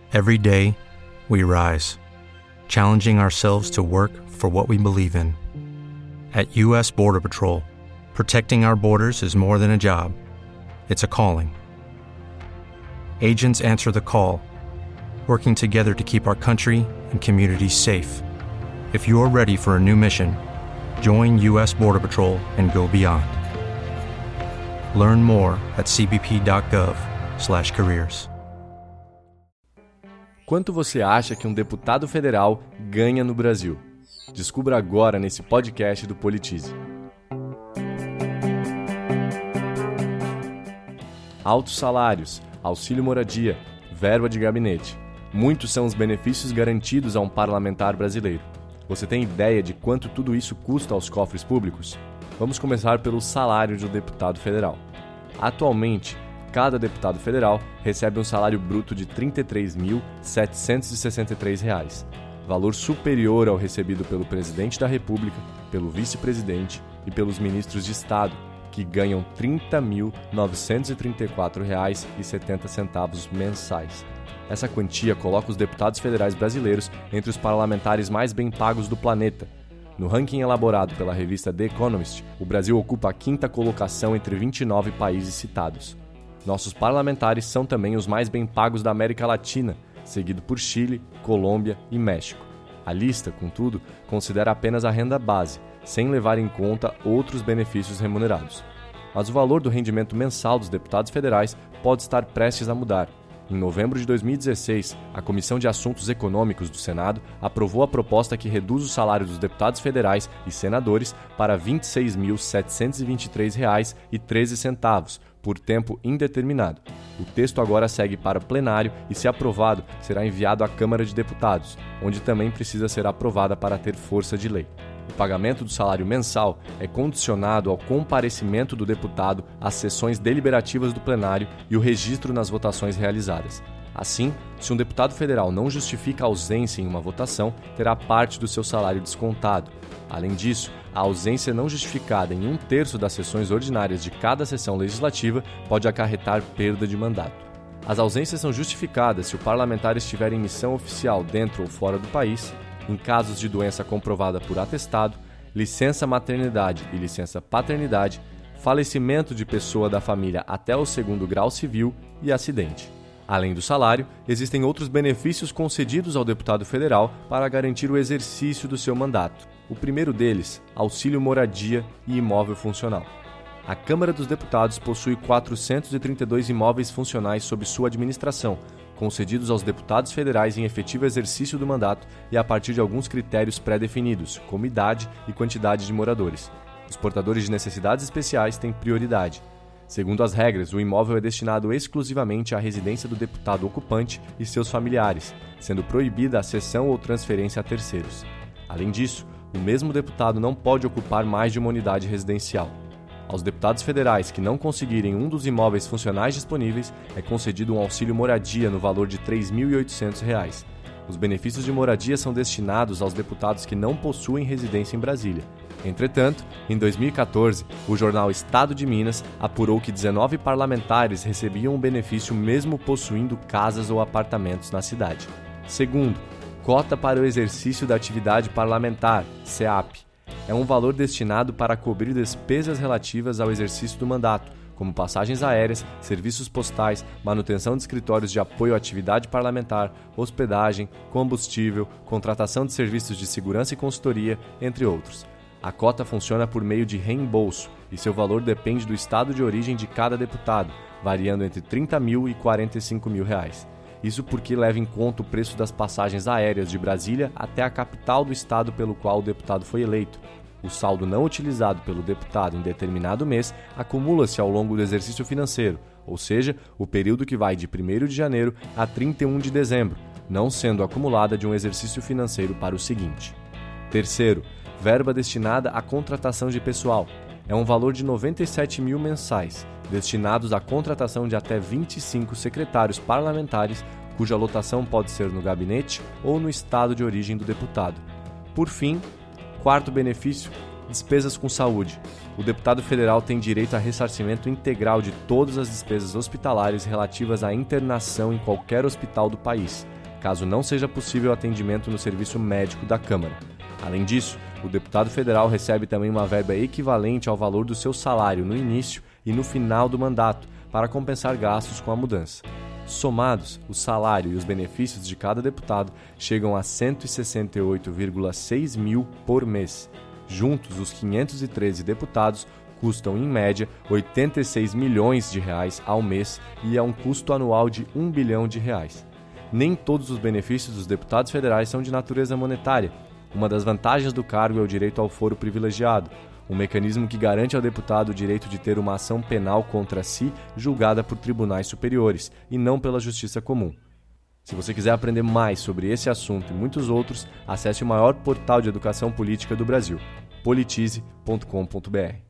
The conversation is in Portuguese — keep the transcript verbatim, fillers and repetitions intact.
Every day, we rise, challenging ourselves to work for what we believe in. At U S Border Patrol, protecting our borders is more than a job, it's a calling. Agents answer the call, working together to keep our country and communities safe. If you're ready for a new mission, join U S Border Patrol and go beyond. Learn more at c b p dot gov slash careers. Quanto você acha que um deputado federal ganha no Brasil? Descubra agora nesse podcast do Politize. Altos salários, auxílio moradia, verba de gabinete. Muitos são os benefícios garantidos a um parlamentar brasileiro. Você tem ideia de quanto tudo isso custa aos cofres públicos? Vamos começar pelo salário do deputado federal. Atualmente, cada deputado federal recebe um salário bruto de trinta e três mil setecentos e sessenta e três reais, valor superior ao recebido pelo presidente da República, pelo vice-presidente e pelos ministros de Estado, que ganham trinta mil novecentos e trinta e quatro reais e setenta centavos mensais. Essa quantia coloca os deputados federais brasileiros entre os parlamentares mais bem pagos do planeta. No ranking elaborado pela revista The Economist, o Brasil ocupa a quinta colocação entre vinte e nove países citados. Nossos parlamentares são também os mais bem pagos da América Latina, seguido por Chile, Colômbia e México. A lista, contudo, considera apenas a renda base, sem levar em conta outros benefícios remunerados. Mas o valor do rendimento mensal dos deputados federais pode estar prestes a mudar. Em novembro de dois mil e dezesseis, a Comissão de Assuntos Econômicos do Senado aprovou a proposta que reduz o salário dos deputados federais e senadores para vinte e seis mil setecentos e vinte e três reais e treze centavos, por tempo indeterminado. O texto agora segue para o plenário e, se aprovado, será enviado à Câmara de Deputados, onde também precisa ser aprovada para ter força de lei. O pagamento do salário mensal é condicionado ao comparecimento do deputado às sessões deliberativas do plenário e o registro nas votações realizadas. Assim, se um deputado federal não justifica a ausência em uma votação, terá parte do seu salário descontado. Além disso, a ausência não justificada em um terço das sessões ordinárias de cada sessão legislativa pode acarretar perda de mandato. As ausências são justificadas se o parlamentar estiver em missão oficial dentro ou fora do país, em casos de doença comprovada por atestado, licença maternidade e licença paternidade, falecimento de pessoa da família até o segundo grau civil e acidente. Além do salário, existem outros benefícios concedidos ao deputado federal para garantir o exercício do seu mandato. O primeiro deles, auxílio moradia e imóvel funcional. A Câmara dos Deputados possui quatrocentos e trinta e dois imóveis funcionais sob sua administração, concedidos aos deputados federais em efetivo exercício do mandato e a partir de alguns critérios pré-definidos, como idade e quantidade de moradores. Os portadores de necessidades especiais têm prioridade. Segundo as regras, o imóvel é destinado exclusivamente à residência do deputado ocupante e seus familiares, sendo proibida a cessão ou transferência a terceiros. Além disso, o mesmo deputado não pode ocupar mais de uma unidade residencial. Aos deputados federais que não conseguirem um dos imóveis funcionais disponíveis, é concedido um auxílio moradia no valor de três mil e oitocentos reais. Os benefícios de moradia são destinados aos deputados que não possuem residência em Brasília. Entretanto, em dois mil e quatorze, o jornal Estado de Minas apurou que dezenove parlamentares recebiam o benefício mesmo possuindo casas ou apartamentos na cidade. Segundo, cota para o exercício da atividade parlamentar, C E A P. É um valor destinado para cobrir despesas relativas ao exercício do mandato, como passagens aéreas, serviços postais, manutenção de escritórios de apoio à atividade parlamentar, hospedagem, combustível, contratação de serviços de segurança e consultoria, entre outros. A cota funciona por meio de reembolso e seu valor depende do estado de origem de cada deputado, variando entre trinta mil e quarenta e cinco mil reais. Isso porque leva em conta o preço das passagens aéreas de Brasília até a capital do estado pelo qual o deputado foi eleito. O saldo não utilizado pelo deputado em determinado mês acumula-se ao longo do exercício financeiro, ou seja, o período que vai de primeiro de janeiro a trinta e um de dezembro, não sendo acumulada de um exercício financeiro para o seguinte. Terceiro, verba destinada à contratação de pessoal. É um valor de noventa e sete mil mensais, destinados à contratação de até vinte e cinco secretários parlamentares, cuja lotação pode ser no gabinete ou no estado de origem do deputado. Por fim, quarto benefício, despesas com saúde. O deputado federal tem direito a ressarcimento integral de todas as despesas hospitalares relativas à internação em qualquer hospital do país, caso não seja possível atendimento no serviço médico da Câmara. Além disso, o deputado federal recebe também uma verba equivalente ao valor do seu salário no início e no final do mandato, para compensar gastos com a mudança. Somados, o salário e os benefícios de cada deputado chegam a cento e sessenta e oito vírgula seis mil por mês. Juntos, os quinhentos e treze deputados custam, em média, oitenta e seis milhões de reais ao mês e a um custo anual de um bilhão de reais. Nem todos os benefícios dos deputados federais são de natureza monetária. Uma das vantagens do cargo é o direito ao foro privilegiado, um mecanismo que garante ao deputado o direito de ter uma ação penal contra si julgada por tribunais superiores e não pela justiça comum. Se você quiser aprender mais sobre esse assunto e muitos outros, acesse o maior portal de educação política do Brasil, politize ponto com ponto br.